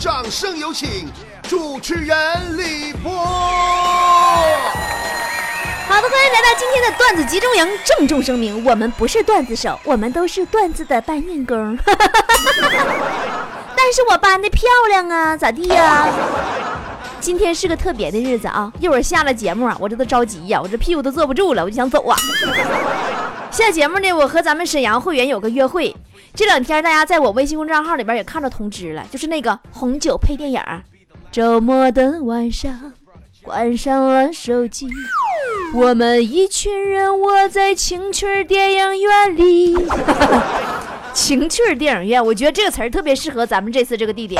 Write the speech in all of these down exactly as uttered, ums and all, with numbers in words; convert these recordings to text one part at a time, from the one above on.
掌声有请主持人李波。 好的，欢迎来到今天的段子集中营。郑重声明，我们不是段子手，我们都是段子的搬运工。但是我搬的漂亮啊，咋地呀？今天是个特别的日子啊！一会儿下了节目啊，我这都着急呀、啊，我这屁股都坐不住了，我就想走啊。下节目呢，我和咱们沈阳会员有个约会。这两天大家在我微信公众号里边也看到通知了，就是那个红酒配电影。周末的晚上，关上了手机，我们一群人窝在情趣电影院里。情趣电影院，我觉得这个词儿特别适合咱们这次这个地点。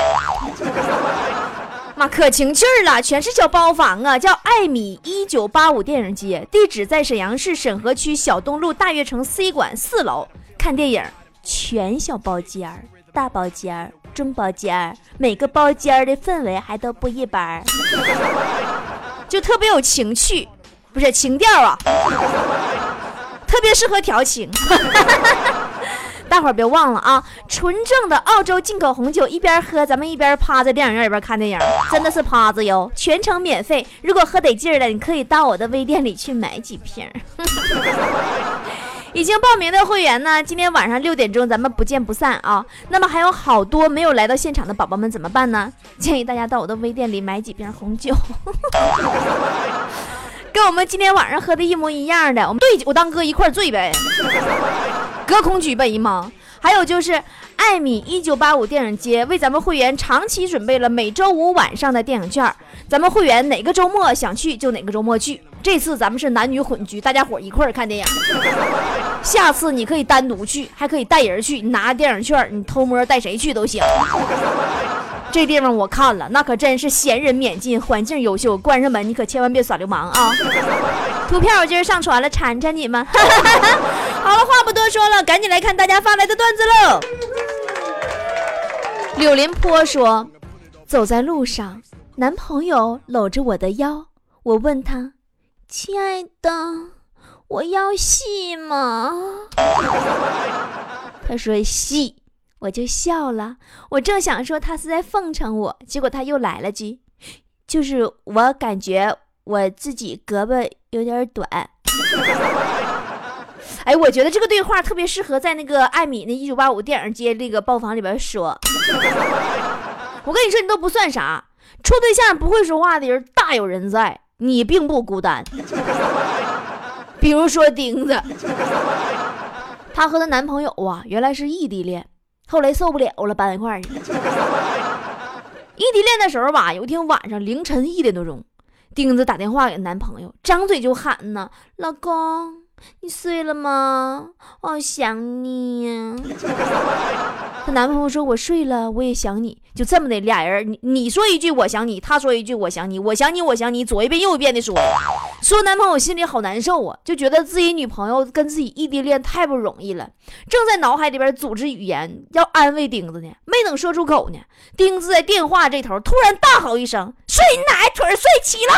妈，可情趣了，全是小包房啊，叫艾米一九八五电影街，地址在沈阳市沈河区小东路大悦城 C 馆四楼。看电影全小包间，大包间、中包间，每个包间的氛围还都不一般，就特别有情趣，不是情调啊，特别适合调情。大伙儿别忘了啊，纯正的澳洲进口红酒，一边喝咱们一边趴在电影院里边看电影，真的是趴着哟，全程免费。如果喝得劲儿了，你可以到我的微店里去买几瓶。已经报名的会员呢，今天晚上六点钟咱们不见不散啊。那么还有好多没有来到现场的宝宝们怎么办呢？建议大家到我的微店里买几瓶红酒。跟我们今天晚上喝的一模一样的，我们对酒当歌一块醉呗，隔空举杯吗？还有就是艾米一九八五电影街为咱们会员长期准备了每周五晚上的电影券，咱们会员哪个周末想去就哪个周末去。这次咱们是男女混居，大家伙一块儿看电影。下次你可以单独去，还可以带人去，你拿电影券你偷摸带谁去都行。这地方我看了，那可真是闲人免进，环境优秀，关上门你可千万别耍流氓啊！图片我今儿上传了，馋馋你们。好了，话不多说了，赶紧来看大家发来的段子喽。柳林坡说，走在路上，男朋友搂着我的腰，我问他，亲爱的，我腰细吗？他说细。我就笑了，我正想说他是在奉承我，结果他又来了句，就是我感觉我自己胳膊有点短。哎，我觉得这个对话特别适合在那个艾米那一九八五电影街那个包房里边说。我跟你说，你都不算啥，处对象不会说话的人大有人在，你并不孤单。比如说钉子，她和她男朋友啊原来是异地恋，后来受不了了，搬一块儿去。异地恋的时候吧，有一天晚上凌晨一点多钟，钉子打电话给男朋友，张嘴就喊呢：“老公，你睡了吗？我好想你呀。”她男朋友说：“我睡了，我也想你。”就这么的，俩人你你说一句我想你，他说一句我想你，我想你我想你，左一遍右一遍的说，说男朋友心里好难受啊，就觉得自己女朋友跟自己异地恋太不容易了，正在脑海里边组织语言要安慰钉子呢，没等说出口呢，钉子在电话这头突然大吼一声：“睡奶腿睡齐了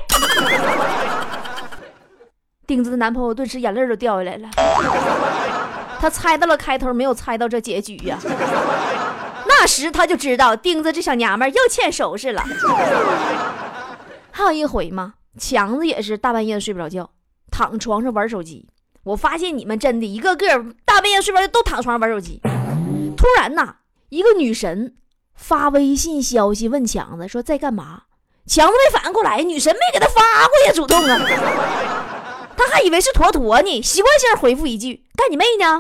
嗨！”钉子的男朋友顿时眼泪都掉下来了，他猜到了开头，没有猜到这结局呀、啊。那时他就知道钉子这小娘们又欠收拾了。还有一回嘛，强子也是大半夜睡不着觉，躺床上玩手机。我发现你们真的一个个大半夜睡不着觉都躺床上玩手机。突然呐，一个女神发微信消息问强子说在干嘛，强子没反应过来，女神没给他发过呀，主动啊。他还以为是坨坨呢，习惯性回复一句干你妹呢。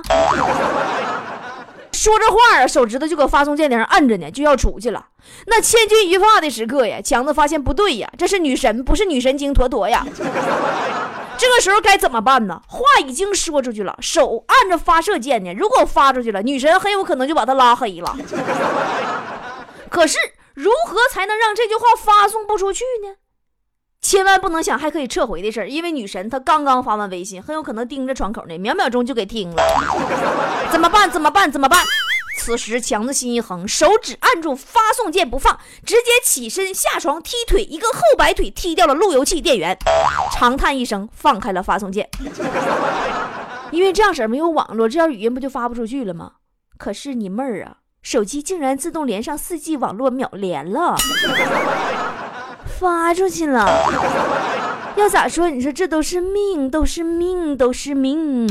说着话啊，手指头就搁发送键顶上按着呢，就要出去了。那千钧一发的时刻呀，强子发现不对呀，这是女神，不是女神经坨坨呀。这个时候该怎么办呢？话已经说出去了，手按着发射键呢，如果发出去了，女神很有可能就把他拉黑了。可是如何才能让这句话发送不出去呢？千万不能想还可以撤回的事儿，因为女神她刚刚发完微信，很有可能盯着窗口呢，秒秒钟就给听了。怎么办？怎么办？怎么办？此时强子心一横，手指按住发送键不放，直接起身下床踢腿，一个后摆腿踢掉了路由器电源，长叹一声，放开了发送键。因为这样式儿没有网络，这样语音不就发不出去了吗？可是你妹儿啊， 手机竟然自动连上 四 G 网络秒连了，发出去了。要咋说？你说这都是命，都是命，都是命。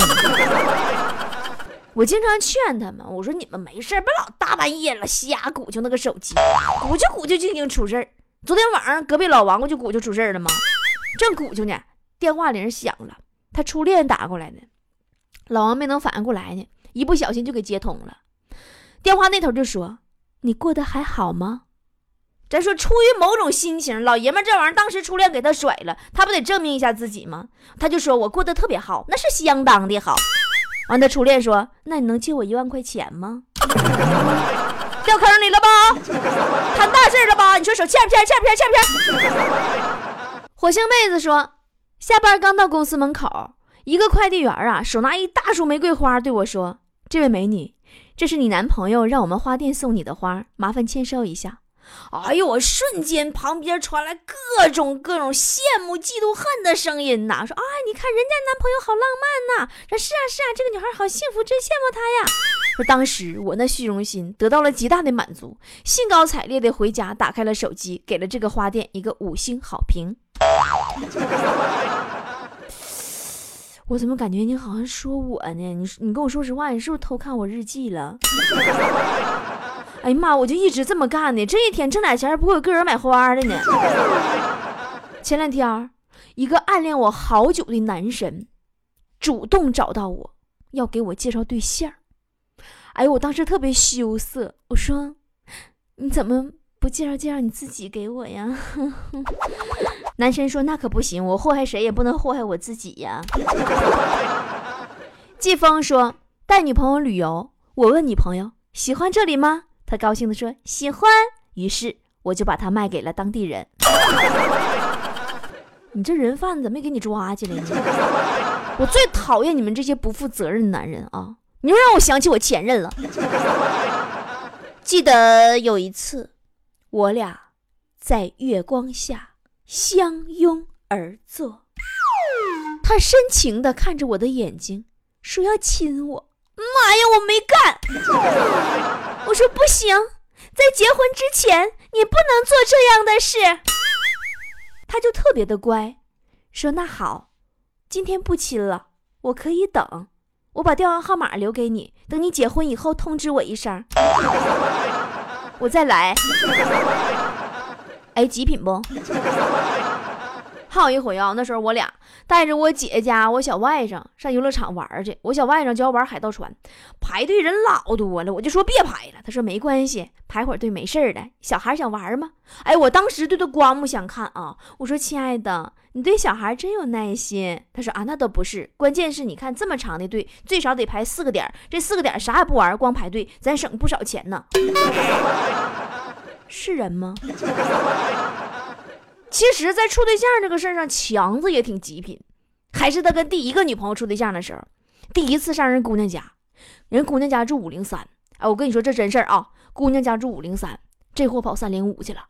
我经常劝他们，我说你们没事别老大半夜了瞎鼓秋那个手机，鼓秋鼓秋就已经出事儿。昨天晚上隔壁老王不就鼓秋出事儿了吗？正鼓秋呢，电话铃响了，他初恋打过来的，老王没能反应过来呢，一不小心就给接通了。电话那头就说：“你过得还好吗？”咱说出于某种心情，老爷们这玩意儿当时初恋给他甩了，他不得证明一下自己吗？他就说：“我过得特别好，那是相当的好。”完，他初恋说：“那你能借我一万块钱吗？”掉坑里了吧？谈大事了吧？你说手欠不欠？欠不欠？欠不欠？火星妹子说，下班刚到公司门口，一个快递员啊，手拿一大束玫瑰花对我说：“这位美女，这是你男朋友让我们花店送你的花，麻烦签收一下。”哎呦，我瞬间旁边传来各种各种羡慕嫉妒恨的声音呐，说：“哎，你看人家男朋友好浪漫呐！”说：“是啊是啊，这个女孩好幸福，真羡慕她呀。”说当时我那虚荣心得到了极大的满足，兴高采烈的回家，打开了手机，给了这个花店一个五星好评。我怎么感觉你好像说我呢？你你跟我说实话，你是不是偷看我日记了？哎呀妈，我就一直这么干的，这一天挣点钱不会有个人买花的呢。前两天一个暗恋我好久的男神主动找到我，要给我介绍对象。哎呦，我当时特别羞涩，我说：“你怎么不介绍介绍你自己给我呀？”男神说：“那可不行，我祸害谁也不能祸害我自己呀。”季风说：“带女朋友旅游，我问女朋友喜欢这里吗？”他高兴地说：“喜欢。”于是我就把他卖给了当地人。你这人贩子没给你抓起来呢？我最讨厌你们这些不负责任的男人啊！你又让我想起我前任了。记得有一次，我俩在月光下相拥而坐，他深情地看着我的眼睛，说要亲我。妈呀，我没干！我说不行，在结婚之前你不能做这样的事。他就特别的乖，说那好，今天不亲了，我可以等，我把电话号码留给你，等你结婚以后通知我一声，我再来。哎，极品不？还有一回啊，那时候我俩带着我姐家我小外甥上游乐场玩去，我小外甥就要玩海盗船，排队人老多了，我就说别排了，他说没关系，排会儿队没事的，小孩想玩吗？哎，我当时对他刮目相看啊，我说亲爱的，你对小孩真有耐心。他说啊，那倒不是，关键是你看这么长的队，最少得排四个点，这四个点啥也不玩，光排队，咱省不少钱呢。是人吗？其实在处对象这个事儿上，强子也挺极品，还是他跟第一个女朋友处对象的时候，第一次上人姑娘家，人姑娘家住五零三，哎，我跟你说这真事儿啊，姑娘家住五零三，这货跑三零五去了。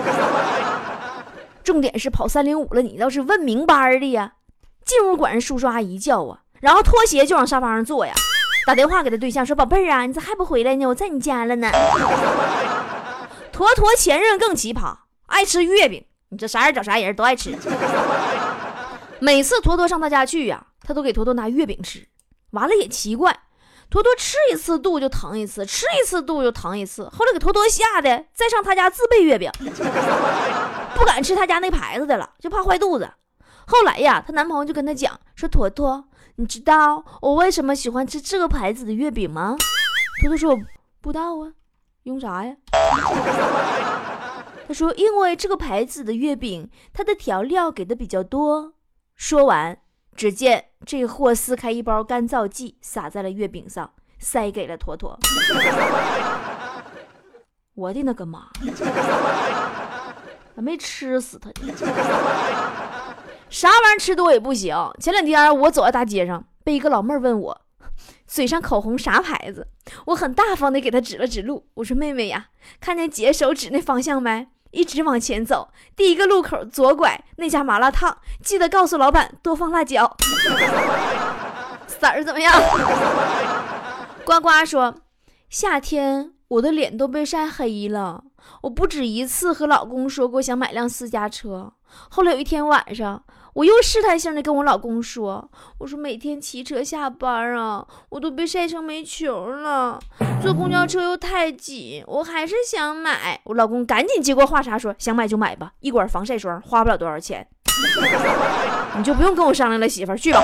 重点是跑三零五了，你倒是问明白的呀。进屋管人叔叔阿姨叫啊，然后脱鞋就往沙发上坐呀，打电话给他对象说：“宝贝儿啊，你咋还不回来呢？我在你家了呢。”坨坨前任更奇葩，爱吃月饼。你这啥人找啥人都爱吃。每次坨坨上他家去呀、啊，他都给坨坨拿月饼吃。完了也奇怪，坨坨吃一次肚就疼一次，吃一次肚就疼一次。后来给坨坨吓得再上他家自备月饼，不敢吃他家那牌子的了，就怕坏肚子。后来呀，她男朋友就跟她讲说：“坨坨，你知道我为什么喜欢吃这个牌子的月饼吗？”坨坨说：“不知道啊，用啥呀？”他说：“因为这个牌子的月饼，它的调料给的比较多。”说完，只见这货撕开一包干燥剂，撒在了月饼上，塞给了坨坨。我的那个妈！还没吃死他呢！啥玩意儿吃多也不行。前两天我走在大街上，被一个老妹儿问我嘴上口红啥牌子，我很大方的给她指了指路，我说：“妹妹呀，看见姐手指那方向没？一直往前走，第一个路口左拐，那家麻辣烫，记得告诉老板多放辣椒。”色儿怎么样？呱呱说：“夏天我的脸都被晒黑了。我不止一次和老公说过想买辆私家车，后来有一天晚上，我又试探性的跟我老公说，我说每天骑车下班啊，我都被晒成煤球了，坐公交车又太挤，我还是想买。我老公赶紧接过话茬说，想买就买吧，一管防晒霜花不了多少钱，你就不用跟我商量了，媳妇儿，去吧。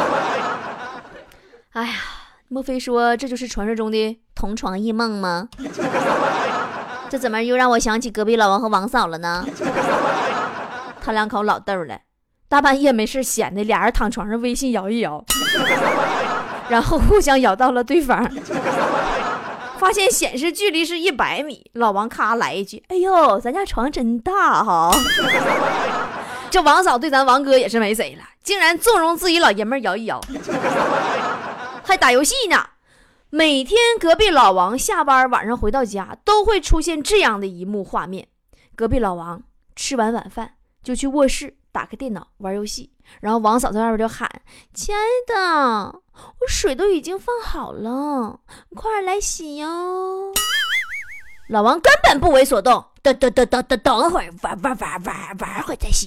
哎呀，莫非说这就是传说中的同床异梦吗？这怎么又让我想起隔壁老王和王嫂了呢？他两口老豆了，大半夜没事闲的，俩人躺床上微信摇一摇，然后互相摇到了对方，发现显示距离是一百米。老王咔来一句，哎呦，咱家床真大哈。这王嫂对咱王哥也是没谁了，竟然纵容自己老爷们摇一摇，还打游戏呢。每天隔壁老王下班晚上回到家，都会出现这样的一幕画面：隔壁老王吃完晚饭就去卧室打开电脑玩游戏，然后王嫂在外边就喊，亲爱的，我水都已经放好了，快来洗哟。老王根本不为所动，等等等等等等会儿，玩玩玩玩玩会儿再洗，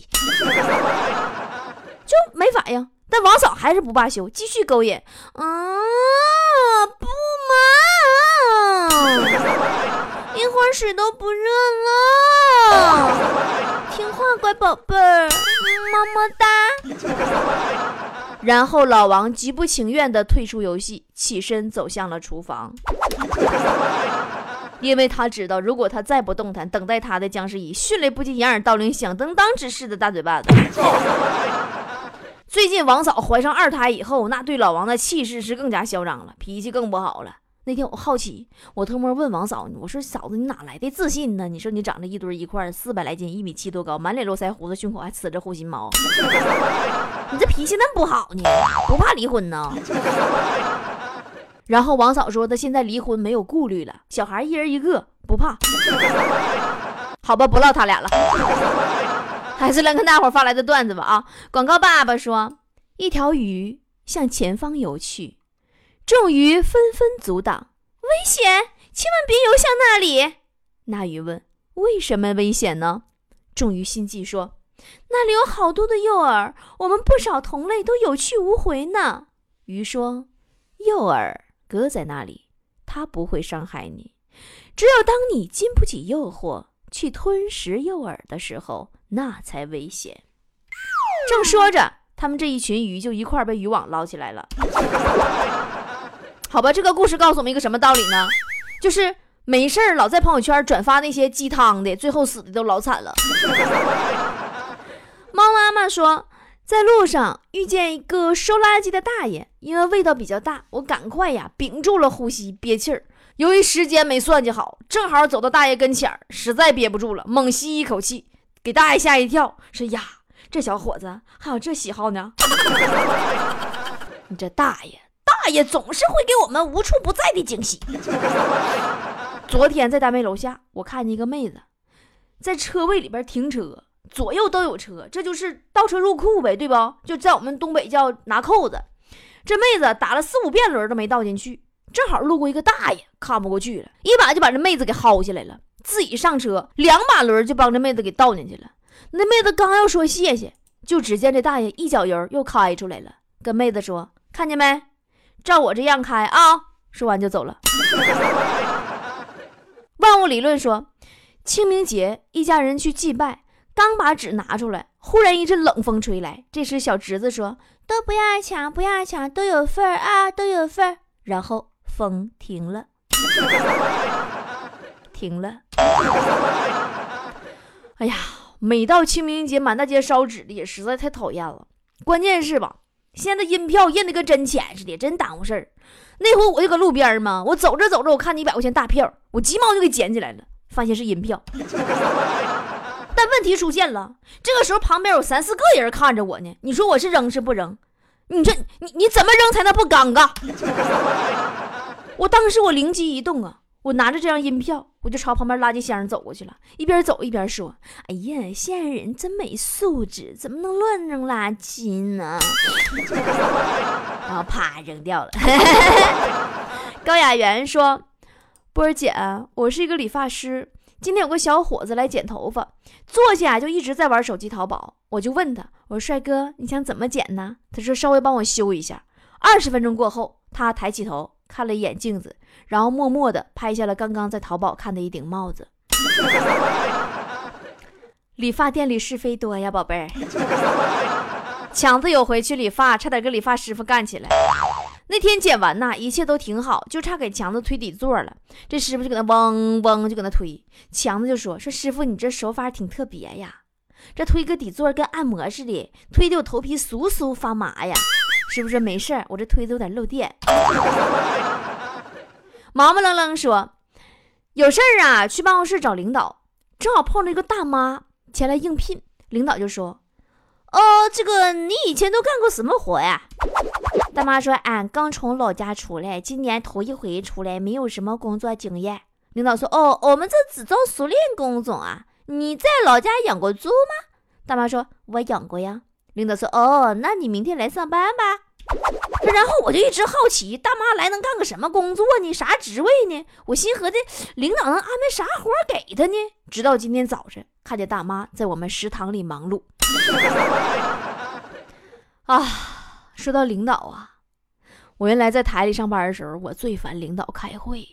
就没反应。但王嫂还是不罢休，继续勾引。啊，不嘛，一会儿水都不热了，听话乖宝贝儿，么么哒。然后老王极不情愿地退出游戏，起身走向了厨房，因为他知道，如果他再不动弹，等待他的将是以迅雷不及掩耳盗铃响当当之势的大嘴巴子。最近王嫂怀上二胎以后，那对老王的气势是更加嚣张了，脾气更不好了。那天我好奇，我偷摸问王嫂，我说嫂子你哪来的自信呢？你说你长得一堆一块，四百来斤，一米七多高，满脸络腮胡子，胸口还呲着护心毛，你这脾气那么不好呢？不怕离婚呢？然后王嫂说她现在离婚没有顾虑了，小孩一人一个，不怕。好吧，不唠他俩了，还是来看大伙发来的段子吧啊！广告爸爸说，一条鱼向前方游去，众鱼纷纷阻挡，危险，千万别游向那里。那鱼问，为什么危险呢？众鱼心悸说，那里有好多的诱饵，我们不少同类都有去无回呢。鱼说，诱饵搁在那里，它不会伤害你，只有当你经不起诱惑去吞食诱饵的时候，那才危险。正说着，他们这一群鱼就一块被渔网捞起来了。好吧，这个故事告诉我们一个什么道理呢？就是没事老在朋友圈转发那些鸡汤的，最后死的都老惨了。猫妈妈说，在路上遇见一个收垃圾的大爷，因为味道比较大，我赶快呀屏住了呼吸，憋气儿。由于时间没算计好，正好走到大爷跟前儿，实在憋不住了，猛吸一口气，给大爷吓一跳，说呀，这小伙子还有这喜好呢。你这大爷大爷总是会给我们无处不在的惊喜。昨天在单位楼下，我看见一个妹子在车位里边停车，左右都有车，这就是倒车入库呗，对不？就在我们东北叫拿扣子。这妹子打了四五遍轮都没倒进去，正好路过一个大爷，看不过去了，一把就把这妹子给薅下来了，自己上车，两把轮就帮这妹子给倒进去了。那妹子刚要说谢谢，就只见这大爷一脚油又开出来了，跟妹子说，看见没，照我这样开啊。说完就走了。万物理论说，清明节一家人去祭拜，刚把纸拿出来，忽然一阵冷风吹来，这时小侄子说，都不要抢不要抢，都有份儿啊，都有份儿。然后风停了。停了。哎呀，每到清明节满大街烧纸的也实在太讨厌了，关键是吧，现在印票印的跟真钱似的，真耽误事儿。那回我就搁路边嘛，我走着走着，我看见一百块钱大票，我急忙就给捡起来了，发现是银票。但问题出现了，这个时候旁边有三四个人看着我呢，你说我是扔是不扔？你这你你怎么扔才能不尴尬？我当时我灵机一动啊，我拿着这张银票，我就朝旁边垃圾箱走过去了，一边走一边说，哎呀，现在人真没素质，怎么能乱扔垃圾呢？然后啪扔掉了。高雅媛说， 波儿姐，我是一个理发师，今天有个小伙子来剪头发，坐下就一直在玩手机淘宝。我就问他，我说帅哥，你想怎么剪呢？他说稍微帮我修一下。二十分钟过后，他抬起头看了一眼镜子，然后默默地拍下了刚刚在淘宝看的一顶帽子。理发店里是非多呀，宝贝儿。强子有回去理发，差点跟理发师傅干起来。那天剪完呐，一切都挺好，就差给强子推底座了。这师傅就搁那嗡嗡就搁那推，强子就说说师傅，你这手法挺特别呀，这推个底座跟按摩似的，推的我头皮酥酥发麻呀。师傅说没事，我这推的有点漏电。毛毛愣愣说有事儿啊，去办公室找领导，正好碰着一个大妈前来应聘。领导就说哦，这个你以前都干过什么活呀？大妈说俺刚从老家出来，今年头一回出来，没有什么工作经验。领导说哦，我们这只招熟练工种啊，你在老家养过猪吗？大妈说我养过呀。领导说哦，那你明天来上班吧。然后我就一直好奇，大妈来能干个什么工作呢？啥职位呢？我心合计领导能安排啥活给他呢？直到今天早晨看见大妈在我们食堂里忙碌。啊，说到领导啊，我原来在台里上班的时候，我最烦领导开会。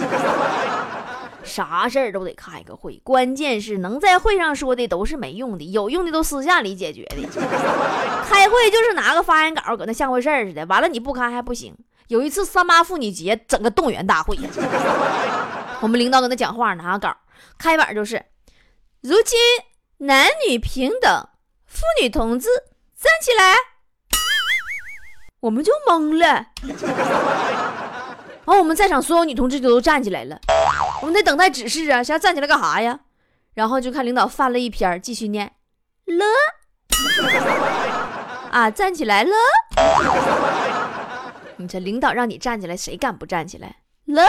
啥事儿都得开个会，关键是能在会上说的都是没用的，有用的都私下里解决的。开会就是拿个发言稿搁那像回事儿似的，完了你不开还不行。有一次三八妇女节整个动员大会，我们领导搁那讲话拿稿，开板就是如今男女平等，妇女同志站起来。我们就懵了，然后我们在场所有女同志都站起来了，我们得等待指示啊，谁要站起来干啥呀？然后就看领导翻了一篇，继续念了啊，站起来了。你这领导让你站起来，谁敢不站起来了？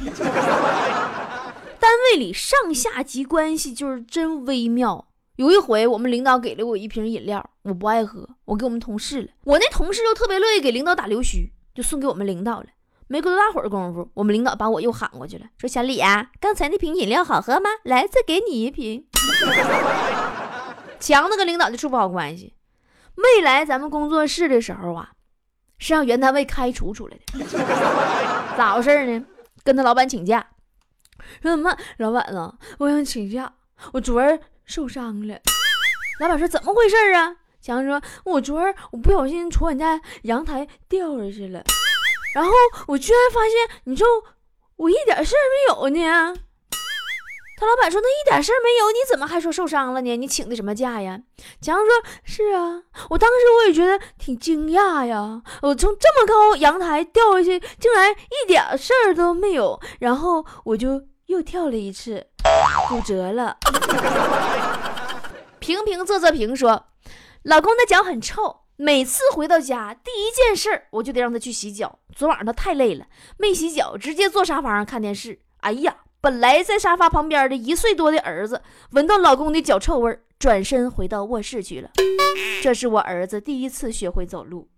单位里上下级关系就是真微妙。有一回我们领导给了我一瓶饮料，我不爱喝，我给我们同事了。我那同事又特别乐意给领导打溜须，就送给我们领导了。没过多大会儿功夫，我们领导把我又喊过去了，说小李啊，刚才那瓶饮料好喝吗？来，再给你一瓶。强子跟领导就处不好关系，未来咱们工作室的时候啊，是让原单位开除出来的。咋回事呢？跟他老板请假，说什么老板啊，我想请假，我昨儿受伤了。老板说怎么回事啊？强说我昨儿我不小心从我家阳台掉下去了，然后我居然发现你说我一点事儿没有呢。他老板说那一点事儿没有，你怎么还说受伤了呢？你请的什么假呀？强说是啊，我当时我也觉得挺惊讶呀，我从这么高阳台掉下去竟然一点事儿都没有，然后我就又跳了一次，骨折了。平平仄仄平说老公的脚很臭，每次回到家第一件事我就得让他去洗脚。昨晚上他太累了没洗脚，直接坐沙发上看电视。哎呀，本来在沙发旁边的一岁多的儿子闻到老公的脚臭味，转身回到卧室去了。这是我儿子第一次学会走路。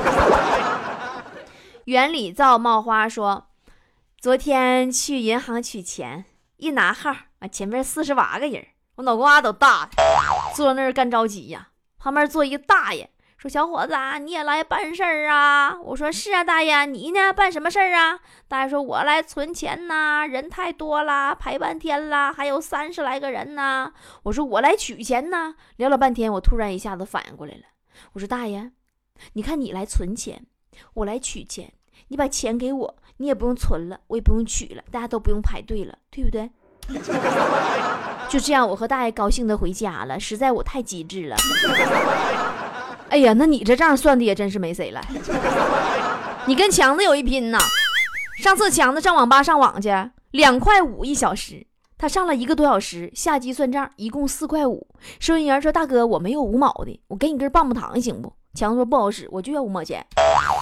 园里造冒花说昨天去银行取钱，一拿号前面四十八个人，我脑瓜都大了，坐那儿干着急呀。旁边坐一个大爷说小伙子啊，你也来办事儿啊？我说是啊大爷，你呢办什么事儿啊？大爷说我来存钱呐，人太多了排半天了，还有三十来个人呢。我说我来取钱呢。聊了半天我突然一下子反应过来了，我说大爷，你看你来存钱，我来取钱，你把钱给我，你也不用存了，我也不用取了，大家都不用排队了，对不对？就这样我和大爷高兴的回家了，实在我太机智了。哎呀，那你这账算的也真是没谁来。你跟强子有一拼呐。上次强子上网吧上网去，两块五一小时，他上了一个多小时，下机算账一共四块五。收银员说大哥我没有五毛的，我给你根棒棒糖行不？强子说不好使，我就要五毛钱。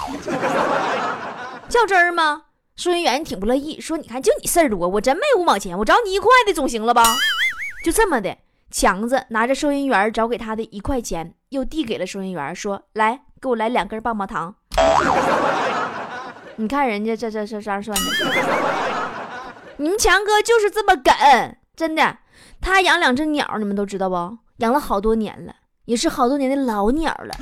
较真儿吗？收银员挺不乐意，说你看就你事儿多，我真没五毛钱，我找你一块的总行了吧？就这么的，强子拿着收银员找给他的一块钱，又递给了收银员，说来给我来两根棒棒糖。你看人家这这这啥算的？ 你们强哥就是这么梗，真的。他养两只鸟，你们都知道不？养了好多年了，也是好多年的老鸟了。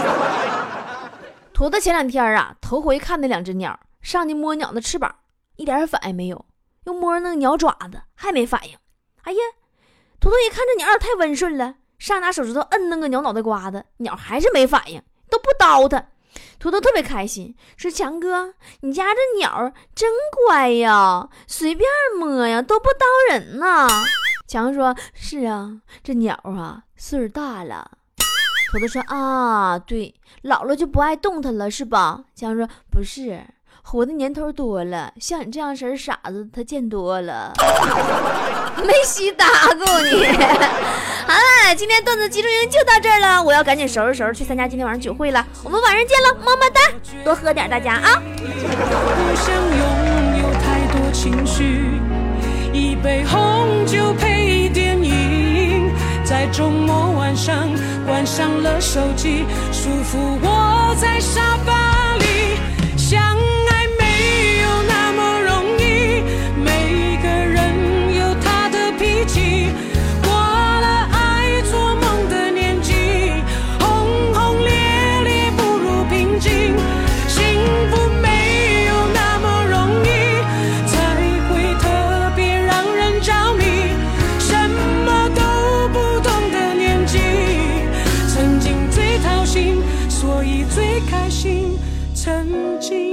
坨坨前两天啊，头回看那两只鸟，上去摸鸟的翅膀，一点反应没有，又摸那个鸟爪子，还没反应。哎呀，坨坨一看这鸟太温顺了，上拿手指头摁那个鸟脑袋瓜子，鸟还是没反应，都不叨它。坨坨特别开心，说强哥，你家这鸟真乖呀，随便摸呀，都不叨人呐。强说，是啊，这鸟啊岁数大了。坨坨说，啊对，老了就不爱动它了是吧？强说，不是，活的年头多了，像你这样式傻子他见多了。没虚搭过你。好了，今天段子集中营就到这儿了，我要赶紧收拾收拾去参加今天晚上酒会了，我们晚上见了，么么哒，多喝点大家啊。 不想拥有太多情绪，一杯红酒配电影，在周末晚上关上了手机，舒服窝在沙发里，相爱没有那么容易，每个人有他的脾气，过了爱做梦的年纪，轰轰烈烈不如平静，幸福没有那么容易，才会特别让人着迷，什么都不懂的年纪，曾经最掏心，所以最开心，曾经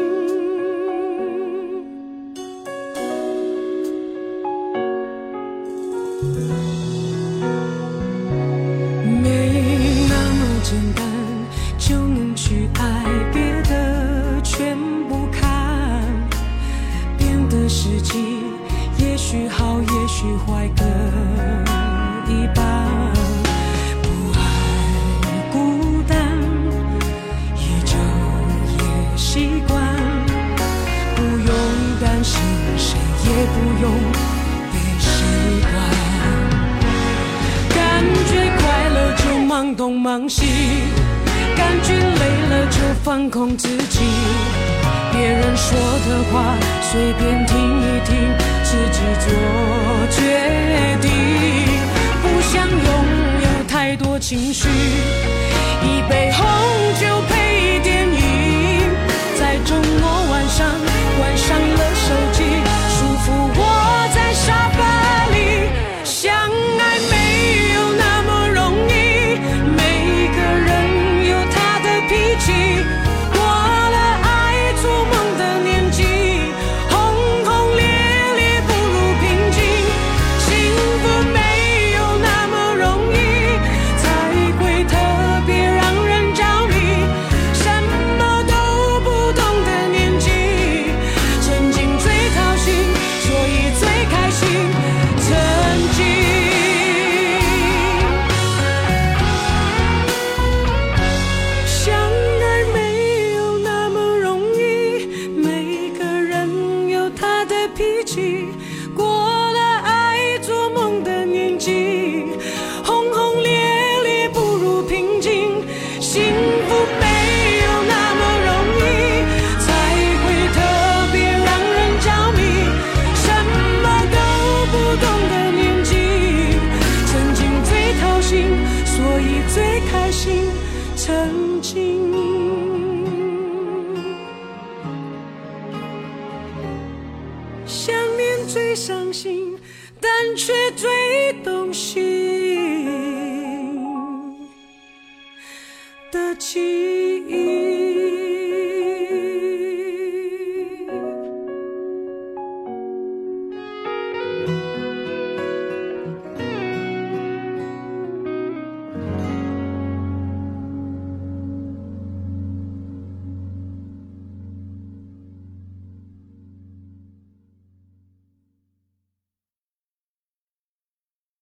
没那么简单就能去爱，别的全不看，变的时机也许好也许坏各一半，不爱孤单也就也习惯，不用担心谁也不用被谁管，感觉快乐就忙东忙西，感觉累了就放空自己，别人说的话随便听一听，自己做决定，不想拥有太多情绪，一杯红酒配电影，在周末晚上关上了手机，舒服窝在沙发里，相爱没有那么容易，每个人有他的脾气，过了爱做梦的年纪，轰轰烈烈不如平静，幸福没有那么容易，才会特别让人着迷，什么都不懂的年纪，曾经最掏心，所以最开心，曾经相爱没有那么容易，每个人有他的脾气，过了爱做梦的年纪，轰轰烈烈不如平静，幸福没有那么容易，才会特别让人着迷，什么都不懂的年纪，曾经最掏心，所以最开心，曾经想念最伤心，但却最动心的记忆。